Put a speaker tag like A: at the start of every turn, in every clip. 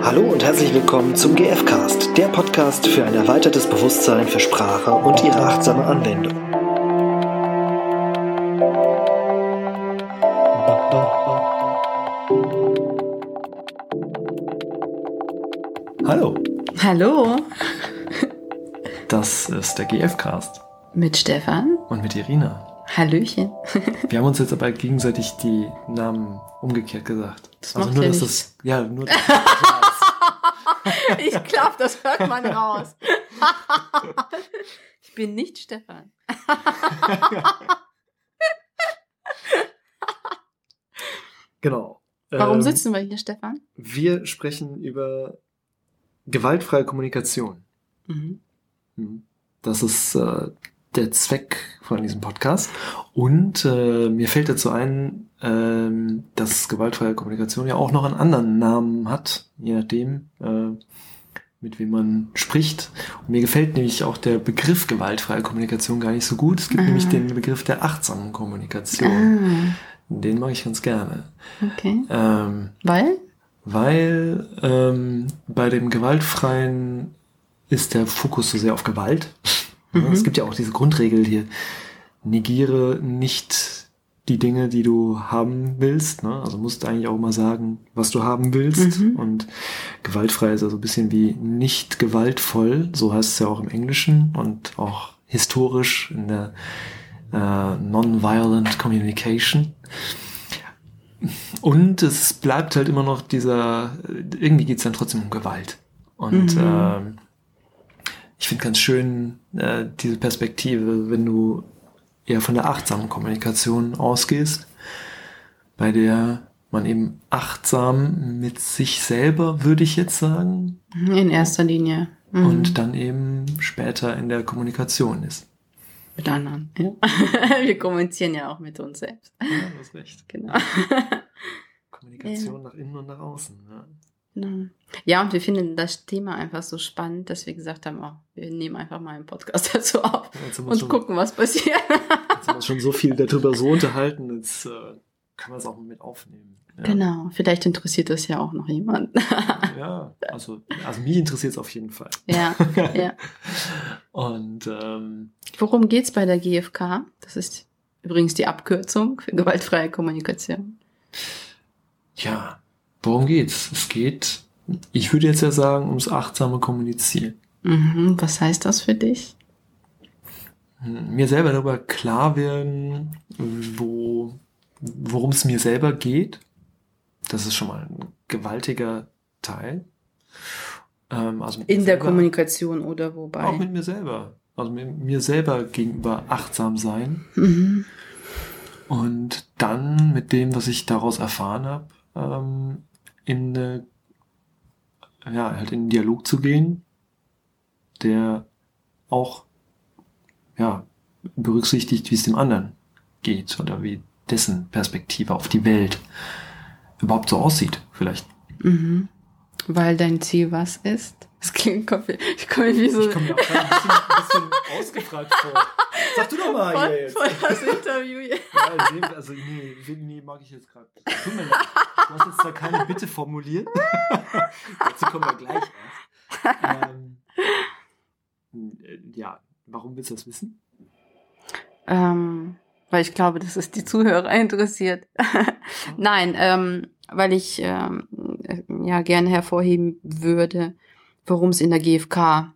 A: Hallo und herzlich willkommen zum GF-Cast, der Podcast für ein erweitertes Bewusstsein für Sprache und ihre achtsame Anwendung. Hallo.
B: Hallo.
A: Das ist der GF-Cast.
B: Mit Stefan.
A: Und mit Irina.
B: Hallöchen.
A: Wir haben uns jetzt aber gegenseitig die Namen umgekehrt gesagt.
B: Das
A: also
B: macht
A: nur,
B: ja
A: dass
B: nichts.
A: das. Ja, nur.
B: Ich glaube, das hört man raus. Ich bin nicht Stefan.
A: Genau.
B: Warum sitzen wir hier, Stefan?
A: Wir sprechen über gewaltfreie Kommunikation.
B: Mhm.
A: Das ist der Zweck von diesem Podcast. Und mir fällt dazu ein, dass gewaltfreie Kommunikation ja auch noch einen anderen Namen hat, je nachdem, mit wem man spricht. Und mir gefällt nämlich auch der Begriff gewaltfreie Kommunikation gar nicht so gut. Es gibt nämlich den Begriff der achtsamen Kommunikation. Den mag ich ganz gerne.
B: Okay. Weil?
A: Weil bei dem Gewaltfreien ist der Fokus so sehr auf Gewalt. Es gibt ja auch diese Grundregel hier, negiere nicht die Dinge, die du haben willst. Ne? Also musst du eigentlich auch mal sagen, was du haben willst. Und gewaltfrei ist also ein bisschen wie nicht gewaltvoll, so heißt es ja auch im Englischen und auch historisch in der Non-Violent Communication. Und es bleibt halt immer noch irgendwie geht es dann trotzdem um Gewalt. Und ich finde ganz schön diese Perspektive, wenn du eher von der achtsamen Kommunikation ausgehst, bei der man eben achtsam mit sich selber, würde ich jetzt sagen.
B: In erster Linie.
A: Und dann eben später in der Kommunikation ist.
B: Mit anderen, ja. Wir kommunizieren ja auch mit uns selbst.
A: Ja, du hast recht.
B: Genau.
A: Kommunikation nach innen und nach außen. Ja.
B: Ja, und wir finden das Thema einfach so spannend, dass wir gesagt haben, wir nehmen einfach mal einen Podcast dazu auf und gucken, was passiert.
A: Jetzt haben wir uns schon so viel darüber so unterhalten, jetzt können wir es auch mal mit aufnehmen. Ja.
B: Genau, vielleicht interessiert das ja auch noch jemand.
A: Ja, also mich interessiert es auf jeden Fall.
B: Ja, ja.
A: Und
B: worum geht's bei der GfK? Das ist übrigens die Abkürzung für gewaltfreie Kommunikation.
A: Ja, worum geht's? Es geht, ich würde jetzt ja sagen, ums achtsame Kommunizieren.
B: Was heißt das für dich?
A: Mir selber darüber klar werden, worum es mir selber geht. Das ist schon mal ein gewaltiger Teil. Also
B: in der Kommunikation oder wobei?
A: Auch mit mir selber. Also mit mir selber gegenüber achtsam sein. Und dann mit dem, was ich daraus erfahren habe, in den Dialog zu gehen, der auch berücksichtigt, wie es dem anderen geht oder wie dessen Perspektive auf die Welt überhaupt so aussieht, vielleicht.
B: Weil dein Ziel was ist? Das klingt ich komme mir auch
A: ein bisschen ausgefragt vor. Sag du doch mal jetzt.
B: Voll das Interview jetzt.
A: Nee, mag ich jetzt gerade. Tut mir leid. Du hast jetzt da keine Bitte formuliert. Dazu kommen wir gleich erst. Warum willst du das wissen?
B: Weil ich glaube, dass es die Zuhörer interessiert. Nein, weil ich gerne hervorheben würde, worum es in der GfK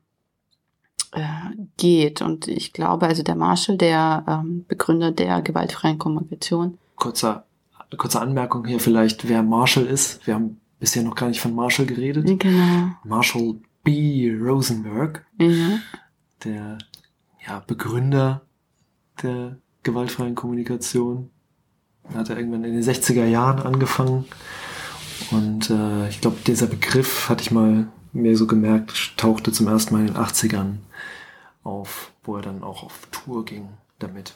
B: geht. Und ich glaube, also der Marshall, der Begründer der gewaltfreien Kommunikation.
A: Kurze Anmerkung hier vielleicht, wer Marshall ist. Wir haben bisher noch gar nicht von Marshall geredet.
B: Genau.
A: Marshall B. Rosenberg, der Begründer der gewaltfreien Kommunikation. Hat er irgendwann in den 60er Jahren angefangen. Und ich glaube, dieser Begriff hatte ich mir so gemerkt, tauchte zum ersten Mal in den 80ern auf, wo er dann auch auf Tour ging damit.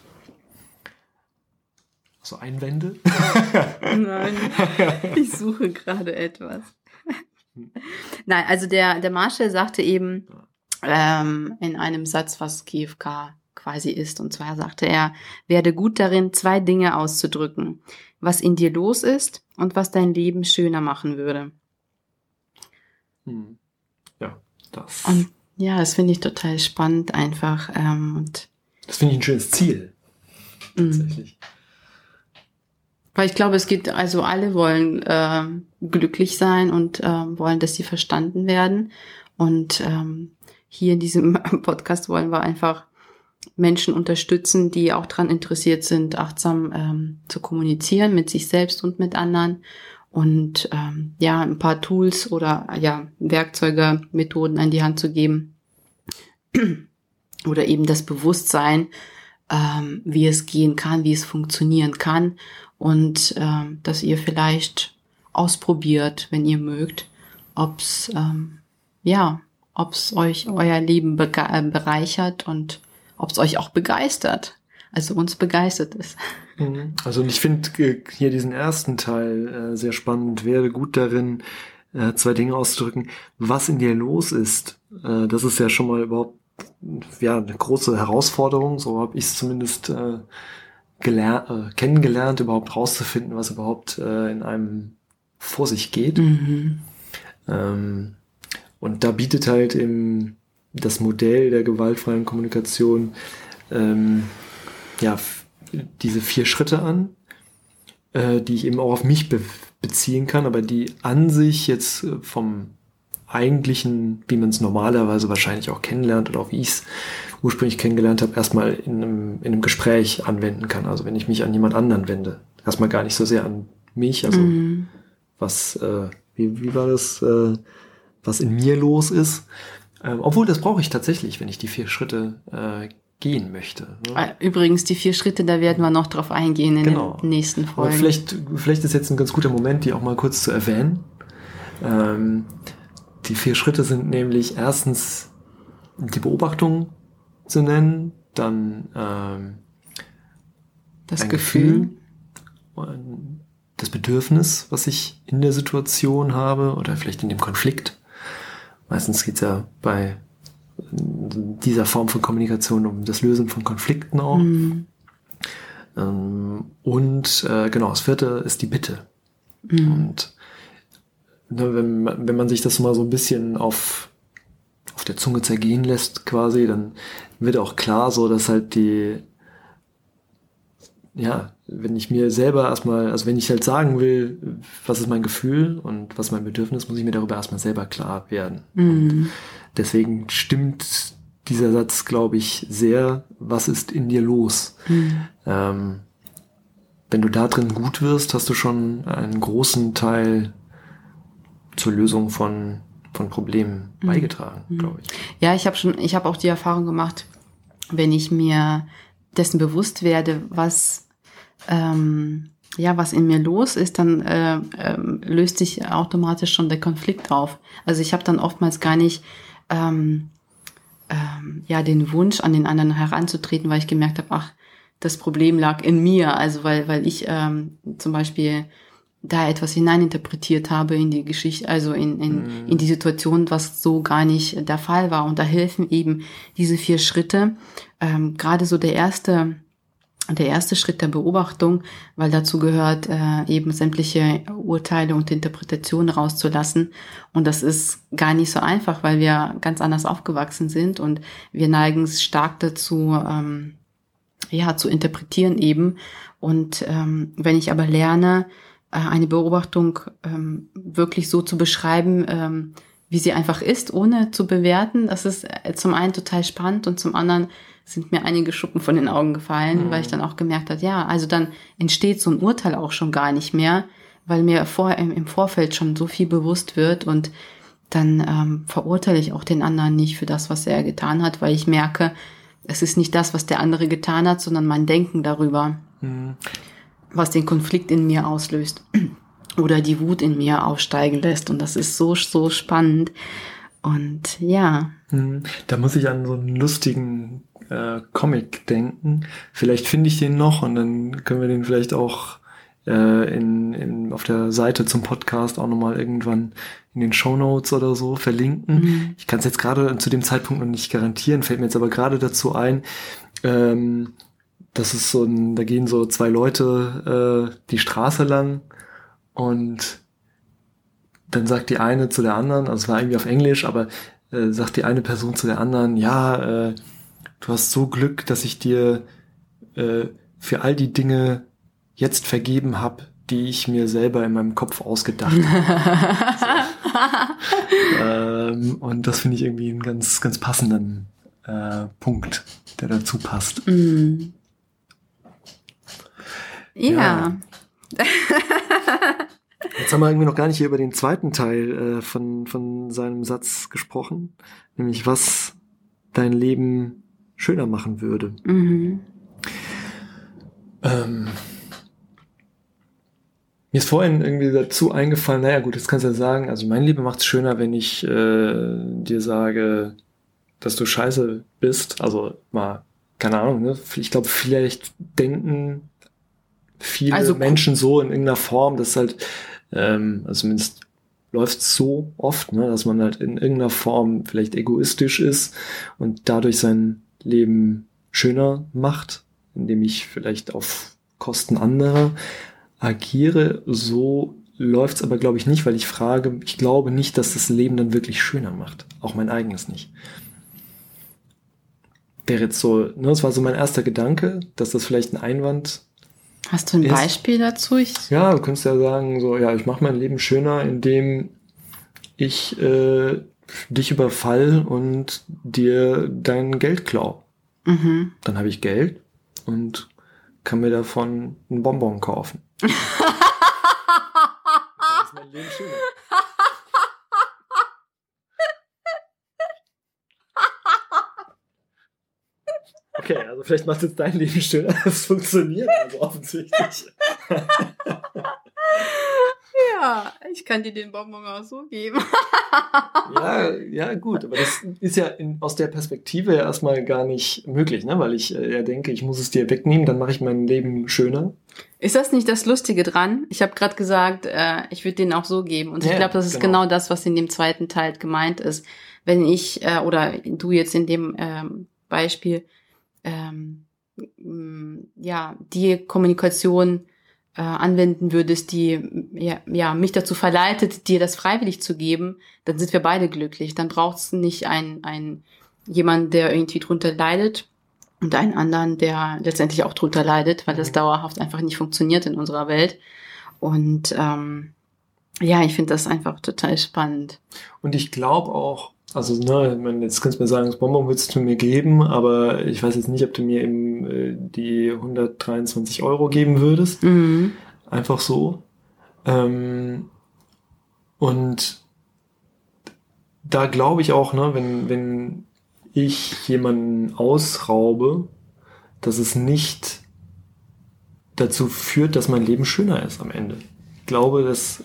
A: So Einwände?
B: Nein, ich suche gerade etwas. Nein, also der Marshall sagte eben in einem Satz, was GfK quasi ist. Und zwar sagte er, werde gut darin, 2 Dinge auszudrücken. Was in dir los ist und was dein Leben schöner machen würde.
A: Ja, das.
B: Und ja, das finde ich total spannend einfach. Und
A: das finde ich ein schönes Ziel. Tatsächlich.
B: Weil ich glaube, es geht, also alle wollen glücklich sein und wollen, dass sie verstanden werden. Und hier in diesem Podcast wollen wir einfach Menschen unterstützen, die auch daran interessiert sind, achtsam zu kommunizieren mit sich selbst und mit anderen. Und ein paar Tools oder Werkzeuge, Methoden an die Hand zu geben. Oder eben das Bewusstsein, wie es gehen kann, wie es funktionieren kann. Und dass ihr vielleicht ausprobiert, wenn ihr mögt, ob's euch euer Leben bereichert und ob's euch auch begeistert. Also uns begeistert es.
A: Also ich finde hier diesen ersten Teil sehr spannend. Wäre gut darin, 2 Dinge auszudrücken. Was in dir los ist, das ist ja schon mal überhaupt eine große Herausforderung. So habe ich es zumindest kennengelernt, überhaupt rauszufinden, was überhaupt in einem vor sich geht. Und da bietet halt eben das Modell der gewaltfreien Kommunikation diese 4 Schritte an, die ich eben auch auf mich beziehen kann, aber die an sich jetzt vom eigentlichen, wie man es normalerweise wahrscheinlich auch kennenlernt oder auch wie ich es ursprünglich kennengelernt habe, erstmal in einem Gespräch anwenden kann. Also wenn ich mich an jemand anderen wende. Erstmal gar nicht so sehr an mich, also was, wie war das, was in mir los ist. Obwohl, das brauche ich tatsächlich, wenn ich die 4 Schritte gehen möchte. Ne?
B: Übrigens, die 4 Schritte, da werden wir noch drauf eingehen in den nächsten Folgen.
A: Aber vielleicht ist jetzt ein ganz guter Moment, die auch mal kurz zu erwähnen. Die 4 Schritte sind nämlich erstens die Beobachtung zu nennen, dann
B: das Gefühl,
A: das Bedürfnis, was ich in der Situation habe oder vielleicht in dem Konflikt. Meistens geht es ja bei dieser Form von Kommunikation um das Lösen von Konflikten auch. Und das 4. ist die Bitte. Und wenn man sich das mal so ein bisschen auf der Zunge zergehen lässt quasi, dann wird auch klar so, dass halt wenn ich mir selber erstmal, also wenn ich halt sagen will, was ist mein Gefühl und was ist mein Bedürfnis, muss ich mir darüber erstmal selber klar werden. Und deswegen stimmt dieser Satz, glaube ich, sehr, was ist in dir los? Wenn du da drin gut wirst, hast du schon einen großen Teil zur Lösung von Problemen beigetragen, glaube ich.
B: Ja, ich habe auch die Erfahrung gemacht, wenn ich mir dessen bewusst werde, was in mir los ist, dann löst sich automatisch schon der Konflikt auf. Also ich habe dann oftmals gar nicht den Wunsch, an den anderen heranzutreten, weil ich gemerkt habe, das Problem lag in mir. Also weil ich zum Beispiel da etwas hineininterpretiert habe in die Geschichte, also in die Situation, was so gar nicht der Fall war. Und da helfen eben diese 4 Schritte. Gerade so der erste Schritt der Beobachtung, weil dazu gehört, eben sämtliche Urteile und Interpretationen rauszulassen. Und das ist gar nicht so einfach, weil wir ganz anders aufgewachsen sind und wir neigen stark dazu, zu interpretieren eben. Und wenn ich aber lerne, eine Beobachtung wirklich so zu beschreiben, wie sie einfach ist, ohne zu bewerten, das ist zum einen total spannend und zum anderen sind mir einige Schuppen von den Augen gefallen, weil ich dann auch gemerkt habe, also dann entsteht so ein Urteil auch schon gar nicht mehr, weil mir im Vorfeld schon so viel bewusst wird und dann verurteile ich auch den anderen nicht für das, was er getan hat, weil ich merke, es ist nicht das, was der andere getan hat, sondern mein Denken darüber, was den Konflikt in mir auslöst oder die Wut in mir aufsteigen lässt. Und das ist so, so spannend. Und ja.
A: Da muss ich an so einen lustigen Comic denken. Vielleicht finde ich den noch und dann können wir den vielleicht auch auf der Seite zum Podcast auch nochmal irgendwann in den Shownotes oder so verlinken. Ich kann es jetzt gerade zu dem Zeitpunkt noch nicht garantieren, fällt mir jetzt aber gerade dazu ein, das ist da gehen so 2 Leute die Straße lang und dann sagt die eine zu der anderen, also es war irgendwie auf Englisch, aber sagt die eine Person zu der anderen, ja, du hast so Glück, dass ich dir für all die Dinge jetzt vergeben habe, die ich mir selber in meinem Kopf ausgedacht habe. So. Und das finde ich irgendwie einen ganz, ganz passenden Punkt, der dazu passt.
B: Mm. Ja.
A: Jetzt haben wir irgendwie noch gar nicht hier über den zweiten Teil von seinem Satz gesprochen, nämlich was dein Leben schöner machen würde.
B: Mhm.
A: Mir ist vorhin irgendwie dazu eingefallen, naja gut, jetzt kannst du ja sagen, also mein Leben macht es schöner, wenn ich dir sage, dass du scheiße bist. Also mal, keine Ahnung, ne? Ich glaube, vielleicht denken viele Menschen so in irgendeiner Form, dass halt, also zumindest läuft es so oft, ne, dass man halt in irgendeiner Form vielleicht egoistisch ist und dadurch sein Leben schöner macht, indem ich vielleicht auf Kosten anderer agiere. So läuft's aber, glaube ich, nicht, weil ich glaube nicht, dass das Leben dann wirklich schöner macht. Auch mein eigenes nicht. Wäre jetzt so, ne, das war so mein erster Gedanke, dass das vielleicht ein Einwand.
B: Hast du ein Beispiel dazu?
A: Ja, du könntest ja sagen, so, ja, ich mache mein Leben schöner, indem ich dich überfall und dir dein Geld klau.
B: Mhm.
A: Dann habe ich Geld und kann mir davon einen Bonbon kaufen. Das ist mein Leben schöner. Okay, also vielleicht macht jetzt dein Leben schöner. Das funktioniert also offensichtlich.
B: Ja, ich kann dir den Bonbon auch so geben.
A: Ja, gut, aber das ist ja aus der Perspektive erstmal gar nicht möglich, ne? Weil ich ja denke, ich muss es dir wegnehmen, dann mache ich mein Leben schöner.
B: Ist das nicht das Lustige dran? Ich habe gerade gesagt, ich würde den auch so geben. Und ich glaube, das ist genau das, was in dem zweiten Teil gemeint ist. Wenn ich, oder du jetzt in dem Beispiel, die Kommunikation anwenden würdest, die mich dazu verleitet, dir das freiwillig zu geben, dann sind wir beide glücklich. Dann braucht es nicht jemanden, der irgendwie drunter leidet und einen anderen, der letztendlich auch drunter leidet, weil das dauerhaft einfach nicht funktioniert in unserer Welt. Und ich finde das einfach total spannend.
A: Und ich glaube auch, also jetzt kannst du mir sagen, das Bonbon willst du mir geben, aber ich weiß jetzt nicht, ob du mir eben die 123 € geben würdest.
B: Mhm.
A: Einfach so. Und da glaube ich auch, ne, wenn ich jemanden ausraube, dass es nicht dazu führt, dass mein Leben schöner ist am Ende. Ich glaube, dass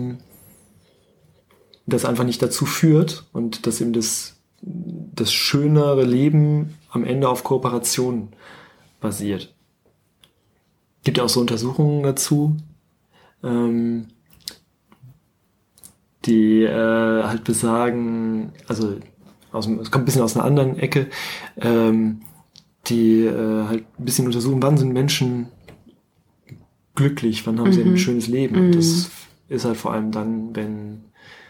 A: das einfach nicht dazu führt und dass eben das schönere Leben am Ende auf Kooperation basiert. Gibt ja auch so Untersuchungen dazu, die halt besagen, also es kommt ein bisschen aus einer anderen Ecke, die halt ein bisschen untersuchen, wann sind Menschen glücklich, wann haben sie ein schönes Leben. Und das ist halt vor allem dann, wenn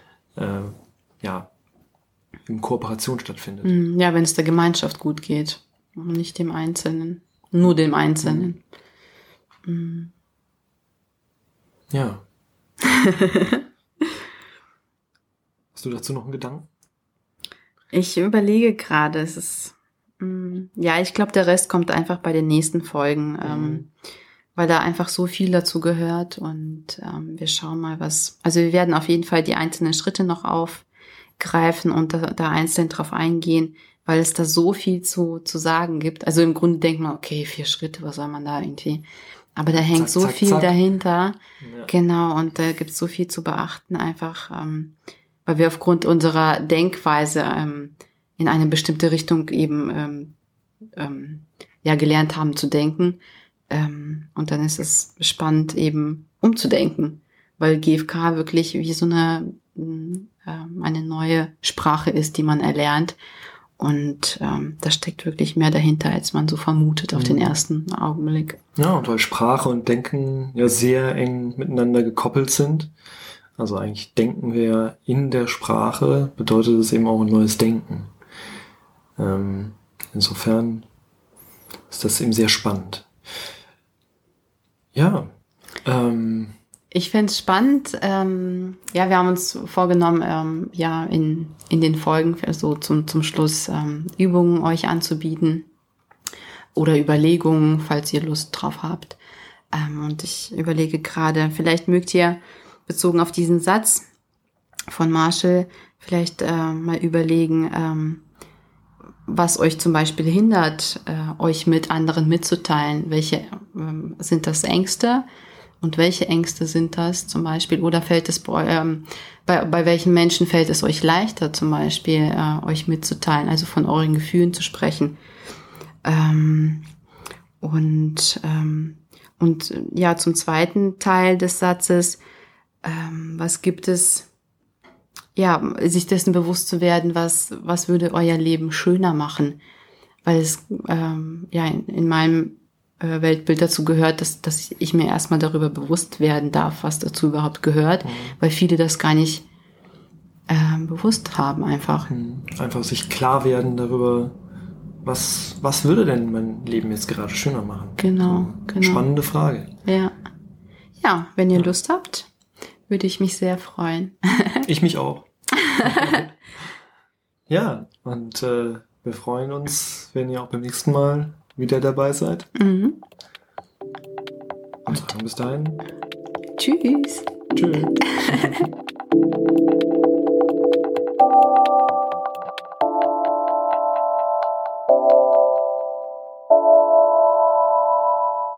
A: in Kooperation stattfindet.
B: Ja, wenn es der Gemeinschaft gut geht und nicht dem Einzelnen. Nur dem Einzelnen.
A: Ja. Hast du dazu noch einen Gedanken?
B: Ich überlege gerade, ich glaube, der Rest kommt einfach bei den nächsten Folgen, weil da einfach so viel dazu gehört und wir schauen mal, also wir werden auf jeden Fall die einzelnen Schritte noch aufgreifen und da einzeln drauf eingehen, weil es da so viel zu sagen gibt. Also im Grunde denkt man, okay, 4 Schritte, was soll man da irgendwie? Aber da hängt so viel dahinter. Ja. Genau, und da gibt es so viel zu beachten einfach, weil wir aufgrund unserer Denkweise in eine bestimmte Richtung eben gelernt haben zu denken. Und dann ist es spannend, eben umzudenken, weil GFK wirklich wie so eine neue Sprache ist, die man erlernt. Und da steckt wirklich mehr dahinter, als man so vermutet auf den ersten Augenblick.
A: Ja, und weil Sprache und Denken ja sehr eng miteinander gekoppelt sind. Also eigentlich denken wir in der Sprache, bedeutet es eben auch ein neues Denken. Insofern ist das eben sehr spannend. Ja.
B: Ich fände es spannend. Wir haben uns vorgenommen, in den Folgen so zum Schluss Übungen euch anzubieten oder Überlegungen, falls ihr Lust drauf habt. Und ich überlege gerade, vielleicht mögt ihr bezogen auf diesen Satz von Marshall vielleicht mal überlegen, was euch zum Beispiel hindert, euch mit anderen mitzuteilen. Welche sind das Ängste und welche Ängste sind das zum Beispiel? Oder fällt es bei welchen Menschen fällt es euch leichter, zum Beispiel euch mitzuteilen, also von euren Gefühlen zu sprechen? Zum zweiten Teil des Satzes, was gibt es, sich dessen bewusst zu werden, was würde euer Leben schöner machen, weil es in meinem Weltbild dazu gehört, dass ich mir erstmal darüber bewusst werden darf, was dazu überhaupt gehört, weil viele das gar nicht bewusst haben einfach.
A: Einfach sich klar werden darüber, was würde denn mein Leben jetzt gerade schöner machen?
B: Genau.
A: Spannende Frage.
B: Ja, wenn ihr Lust habt, würde ich mich sehr freuen.
A: Ich mich auch. Ja, und wir freuen uns, wenn ihr auch beim nächsten Mal wieder dabei seid. Und sagen bis dahin.
B: Tschüss.
A: Tschüss.